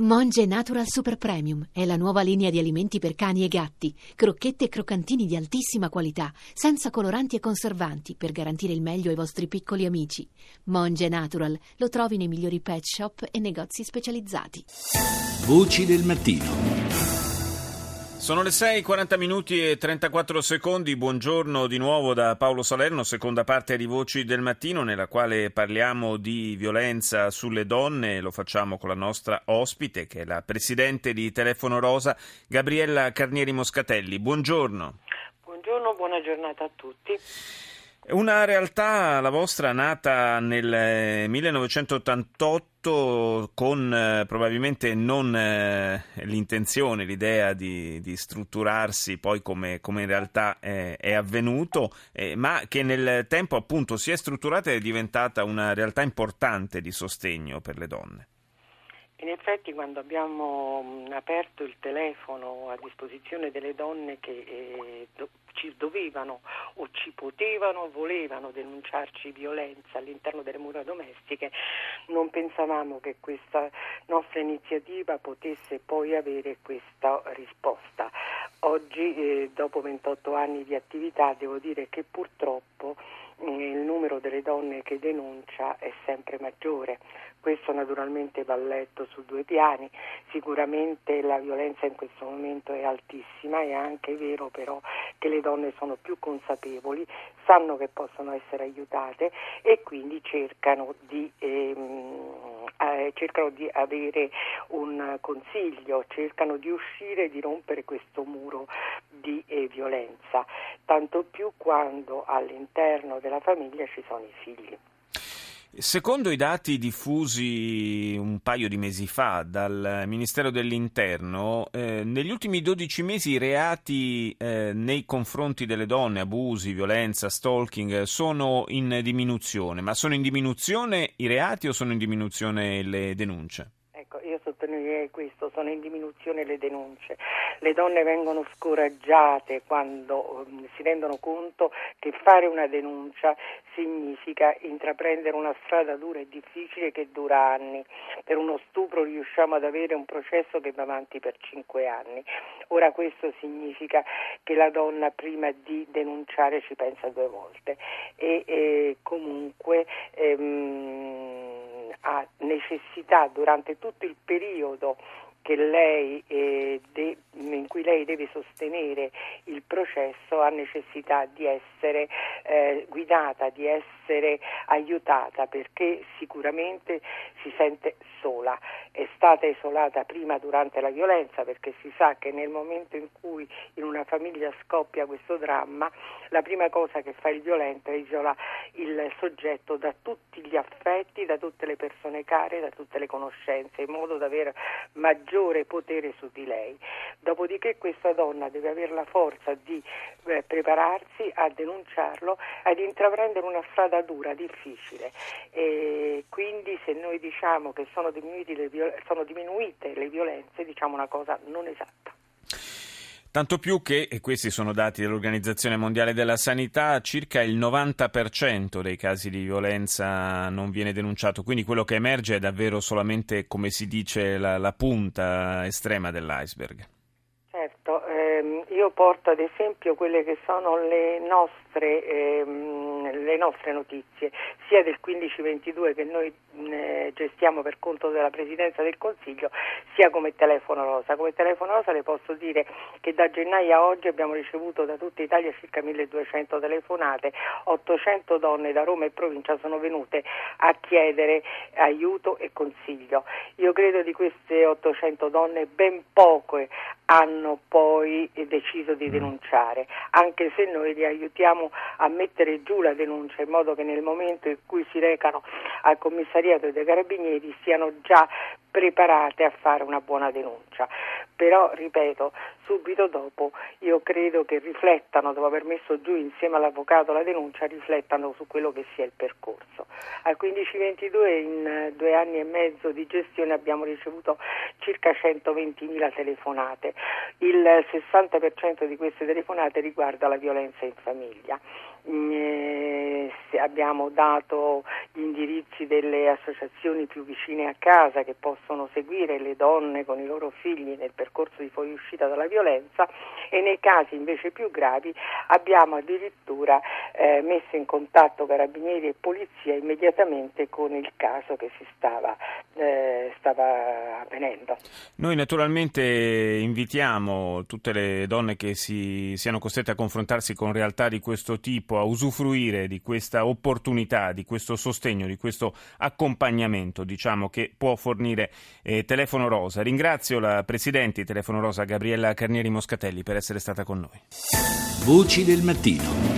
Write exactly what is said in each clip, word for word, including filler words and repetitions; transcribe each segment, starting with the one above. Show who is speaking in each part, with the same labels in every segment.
Speaker 1: Monge Natural Super Premium è la nuova linea di alimenti per cani e gatti, crocchette e croccantini di altissima qualità, senza coloranti e conservanti, per garantire il meglio ai vostri piccoli amici. Monge Natural lo trovi nei migliori pet shop e negozi specializzati.
Speaker 2: Voci del mattino.
Speaker 3: Sono le sei, quaranta minuti e trentaquattro secondi. Buongiorno di nuovo da Paolo Salerno, seconda parte di Voci del Mattino, nella quale parliamo di violenza sulle donne. Lo facciamo con la nostra ospite, che è la presidente di Telefono Rosa, Gabriella Carnieri Moscatelli. Buongiorno.
Speaker 4: Buongiorno, buona giornata a tutti.
Speaker 3: Una realtà, la vostra, nata nel millenovecentottantotto con eh, probabilmente non eh, l'intenzione, l'idea di, di strutturarsi poi come, come in realtà è, è avvenuto, eh, ma che nel tempo appunto si è strutturata e è diventata una realtà importante di sostegno per le donne.
Speaker 4: In effetti, quando abbiamo aperto il telefono a disposizione delle donne che eh, do, ci dovevano o ci potevano o volevano denunciarci violenza all'interno delle mura domestiche, non pensavamo che questa nostra iniziativa potesse poi avere questa risposta. Oggi, eh, dopo ventotto anni di attività, devo dire che purtroppo eh, il numero delle donne che denuncia è sempre maggiore. Questo naturalmente va letto su due piani. Sicuramente la violenza in questo momento è altissima, è anche vero però che le donne sono più consapevoli, sanno che possono essere aiutate e quindi cercano di, ehm, eh, cercano di avere un consiglio, cercano di uscire e di rompere questo muro di eh, violenza, tanto più quando all'interno della famiglia ci sono i figli.
Speaker 3: Secondo i dati diffusi un paio di mesi fa dal Ministero dell'Interno, eh, negli ultimi dodici mesi i reati eh, nei confronti delle donne, abusi, violenza, stalking, sono in diminuzione. Ma sono in diminuzione i reati o sono in diminuzione le denunce?
Speaker 4: Ecco, io sottolineerei questo, sono in diminuzione le denunce. Le donne vengono scoraggiate quando um, si rendono conto che fare una denuncia significa intraprendere una strada dura e difficile che dura anni. Per uno stupro riusciamo ad avere un processo che va avanti per cinque anni. Ora questo significa che la donna prima di denunciare ci pensa due volte e, e comunque ehm, ha necessità durante tutto il periodo che lei, eh, de, in cui lei deve sostenere il processo, ha necessità di essere eh, guidata, di essere aiutata, perché sicuramente si sente sola. È stata isolata prima durante la violenza, perché si sa che nel momento in cui in una famiglia scoppia questo dramma, la prima cosa che fa il violento è isola il soggetto da tutti gli affetti, da tutte le persone care, da tutte le conoscenze, in modo da avere maggiore potere su di lei. Dopodiché questa donna deve avere la forza di eh, prepararsi a denunciarlo, ad intraprendere una strada dura, difficile. E quindi se noi diciamo che sono, diminuiti le viol- sono diminuite le violenze, diciamo una cosa non esatta.
Speaker 3: Tanto più che, e questi sono dati dell'Organizzazione Mondiale della Sanità, circa il novanta per cento dei casi di violenza non viene denunciato, quindi quello che emerge è davvero solamente, come si dice, la, la punta estrema dell'iceberg.
Speaker 4: Certo, ehm, io porto ad esempio quelle che sono le nostre, ehm, le nostre notizie, sia del quindici ventidue che noi eh, gestiamo per conto della Presidenza del Consiglio, sia come Telefono Rosa. Come Telefono Rosa le posso dire che da gennaio a oggi abbiamo ricevuto da tutta Italia circa milleduecento telefonate, ottocento donne da Roma e provincia sono venute a chiedere aiuto e consiglio. Io credo di queste ottocento donne ben poche hanno poi deciso di denunciare, anche se noi li aiutiamo a mettere giù la denuncia in modo che nel momento in cui si recano al commissariato dei Carabinieri siano già preparate a fare una buona denuncia. Però, ripeto, subito dopo io credo che riflettano, dopo aver messo giù insieme all'avvocato la denuncia, riflettano su quello che sia il percorso. Al quindici ventidue in due anni e mezzo di gestione abbiamo ricevuto circa centoventimila telefonate. Il sessanta per cento di queste telefonate riguarda la violenza in famiglia. eh, abbiamo dato gli indirizzi delle associazioni più vicine a casa che possono seguire le donne con i loro figli nel percorso di fuoriuscita dalla violenza, e nei casi invece più gravi abbiamo addirittura eh, messo in contatto carabinieri e polizia immediatamente con il caso che si stava, eh, stava avvenendo.
Speaker 3: Noi naturalmente invitiamo tutte le donne che si siano costrette a confrontarsi con realtà di questo tipo a usufruire di questa opportunità, di questo sostegno, di questo accompagnamento, diciamo, che può fornire eh, Telefono Rosa. Ringrazio la Presidente di Telefono Rosa, Gabriella Carnieri Moscatelli, per essere stata con noi.
Speaker 2: Voci del mattino.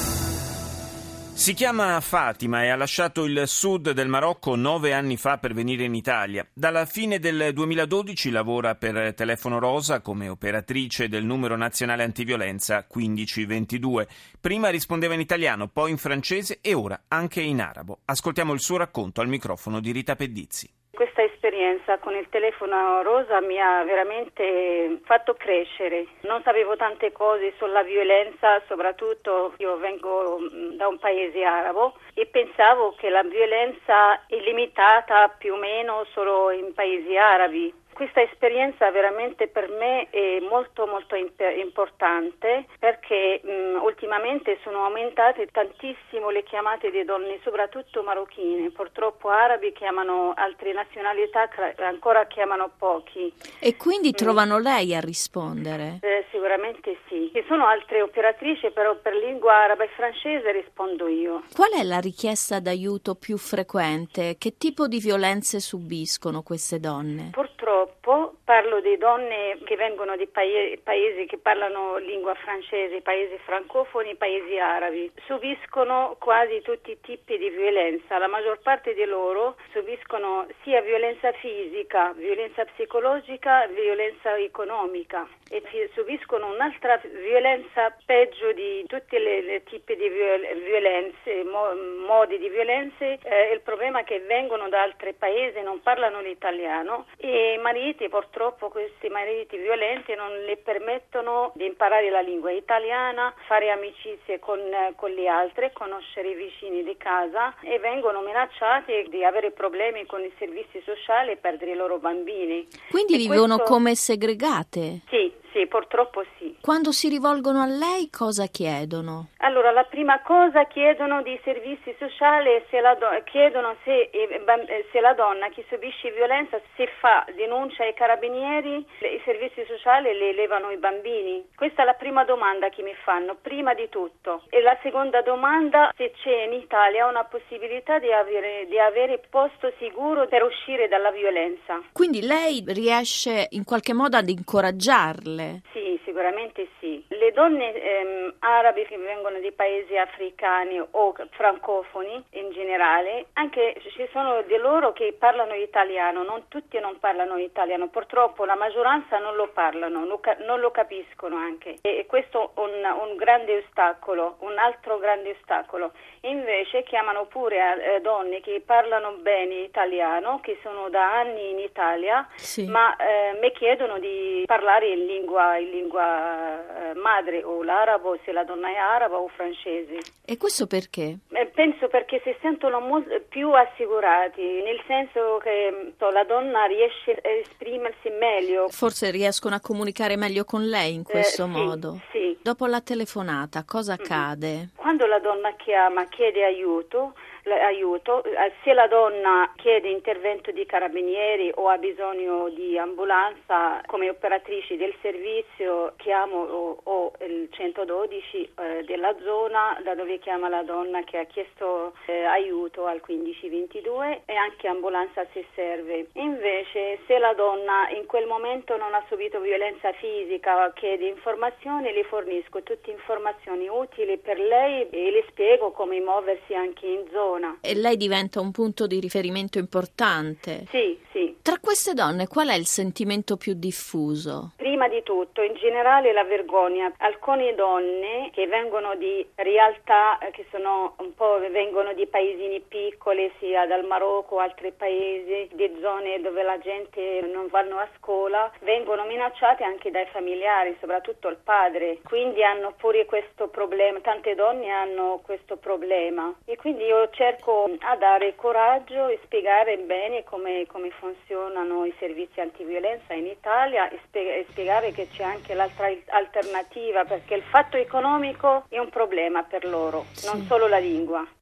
Speaker 3: Si chiama Fatima e ha lasciato il sud del Marocco nove anni fa per venire in Italia. Dalla fine del duemiladodici lavora per Telefono Rosa come operatrice del numero nazionale antiviolenza quindici ventidue. Prima rispondeva in italiano, poi in francese e ora anche in arabo. Ascoltiamo il suo racconto al microfono di Rita Pedizzi.
Speaker 5: Questa esperienza con il Telefono Rosa mi ha veramente fatto crescere. Non sapevo tante cose sulla violenza, soprattutto io vengo da un paese arabo e pensavo che la violenza è limitata più o meno solo in paesi arabi. Questa esperienza veramente per me è molto molto imp- importante perché mh, ultimamente sono aumentate tantissimo le chiamate di donne, soprattutto marocchine. Purtroppo arabi chiamano, altre nazionalità ancora chiamano pochi.
Speaker 6: E quindi trovano mm. lei a rispondere?
Speaker 5: Eh, sicuramente sì. Ci sono altre operatrici, però per lingua araba e francese rispondo io.
Speaker 6: Qual è la richiesta d'aiuto più frequente? Che tipo di violenze subiscono queste donne?
Speaker 5: Purtroppo parlo di donne che vengono di paesi, paesi che parlano lingua francese, paesi francofoni, paesi arabi. Subiscono quasi tutti i tipi di violenza. La maggior parte di loro subiscono sia violenza fisica, violenza psicologica, violenza economica e subiscono un'altra violenza peggio di tutti i tipi di violenze, mo, modi di violenze. Eh, il problema è che vengono da altri paesi, non parlano l'italiano e i mariti, purtroppo questi mariti violenti non le permettono di imparare la lingua italiana, fare amicizie con, con le altre, conoscere i vicini di casa e vengono minacciati di avere problemi con i servizi sociali e perdere i loro bambini.
Speaker 6: Quindi
Speaker 5: e
Speaker 6: vivono
Speaker 5: questo...
Speaker 6: come segregate?
Speaker 5: Sì. Sì, purtroppo sì.
Speaker 6: Quando si rivolgono a lei cosa chiedono?
Speaker 5: Allora, la prima cosa chiedono di servizi sociali, se la do- chiedono se, eh, se la donna che subisce violenza, se fa denuncia ai carabinieri, i servizi sociali le levano i bambini. Questa è la prima domanda che mi fanno, prima di tutto. E la seconda domanda, se c'è in Italia una possibilità di avere, di avere posto sicuro per uscire dalla violenza.
Speaker 6: Quindi lei riesce in qualche modo ad incoraggiarle?
Speaker 5: Sì, sicuramente sì. Le donne ehm, arabe che vengono di paesi africani o francofoni in generale, anche ci sono di loro che parlano italiano, non tutti non parlano italiano, purtroppo la maggioranza non lo parlano, non, ca- non lo capiscono anche e questo è un, un grande ostacolo, un altro grande ostacolo. Invece chiamano pure eh, donne che parlano bene italiano, che sono da anni in Italia,
Speaker 6: sì.
Speaker 5: ma eh, mi chiedono di parlare in lingua, in lingua eh, madre o l'arabo, se la donna è araba o francese.
Speaker 6: E questo perché?
Speaker 5: Eh, penso perché si sentono molto più assicurati, nel senso che to, la donna riesce a esprimersi meglio.
Speaker 6: Forse riescono a comunicare meglio con lei in questo
Speaker 5: eh,
Speaker 6: modo.
Speaker 5: Sì, sì.
Speaker 6: Dopo la telefonata cosa
Speaker 5: Mm-hmm.
Speaker 6: accade?
Speaker 5: Quando la donna chiama, chiede aiuto, aiuto, se la donna chiede intervento di carabinieri o ha bisogno di ambulanza, come operatrici del servizio chiamo o, o il centododici eh, della zona da dove chiama la donna che ha chiesto eh, aiuto al quindici ventidue e anche ambulanza se serve. Invece se la donna in quel momento non ha subito violenza fisica, chiede informazioni, le fornisco tutte informazioni utili per lei e le spiego come muoversi anche in zona.
Speaker 6: E lei diventa un punto di riferimento importante.
Speaker 5: Sì, sì.
Speaker 6: Tra queste donne qual è il sentimento più diffuso?
Speaker 5: Prima prima di tutto, in generale la vergogna. Alcune donne che vengono di realtà che sono un po' vengono di paesini piccoli, sia dal Marocco, altri paesi, di zone dove la gente non vanno a scuola, vengono minacciate anche dai familiari, soprattutto il padre. Quindi hanno pure questo problema, tante donne hanno questo problema e quindi io cerco a dare coraggio e spiegare bene come, come funzionano i servizi antiviolenza in Italia e, spie- e spiegare che c'è anche l'altra alternativa, perché il fatto economico è un problema per loro, sì. Non solo la lingua.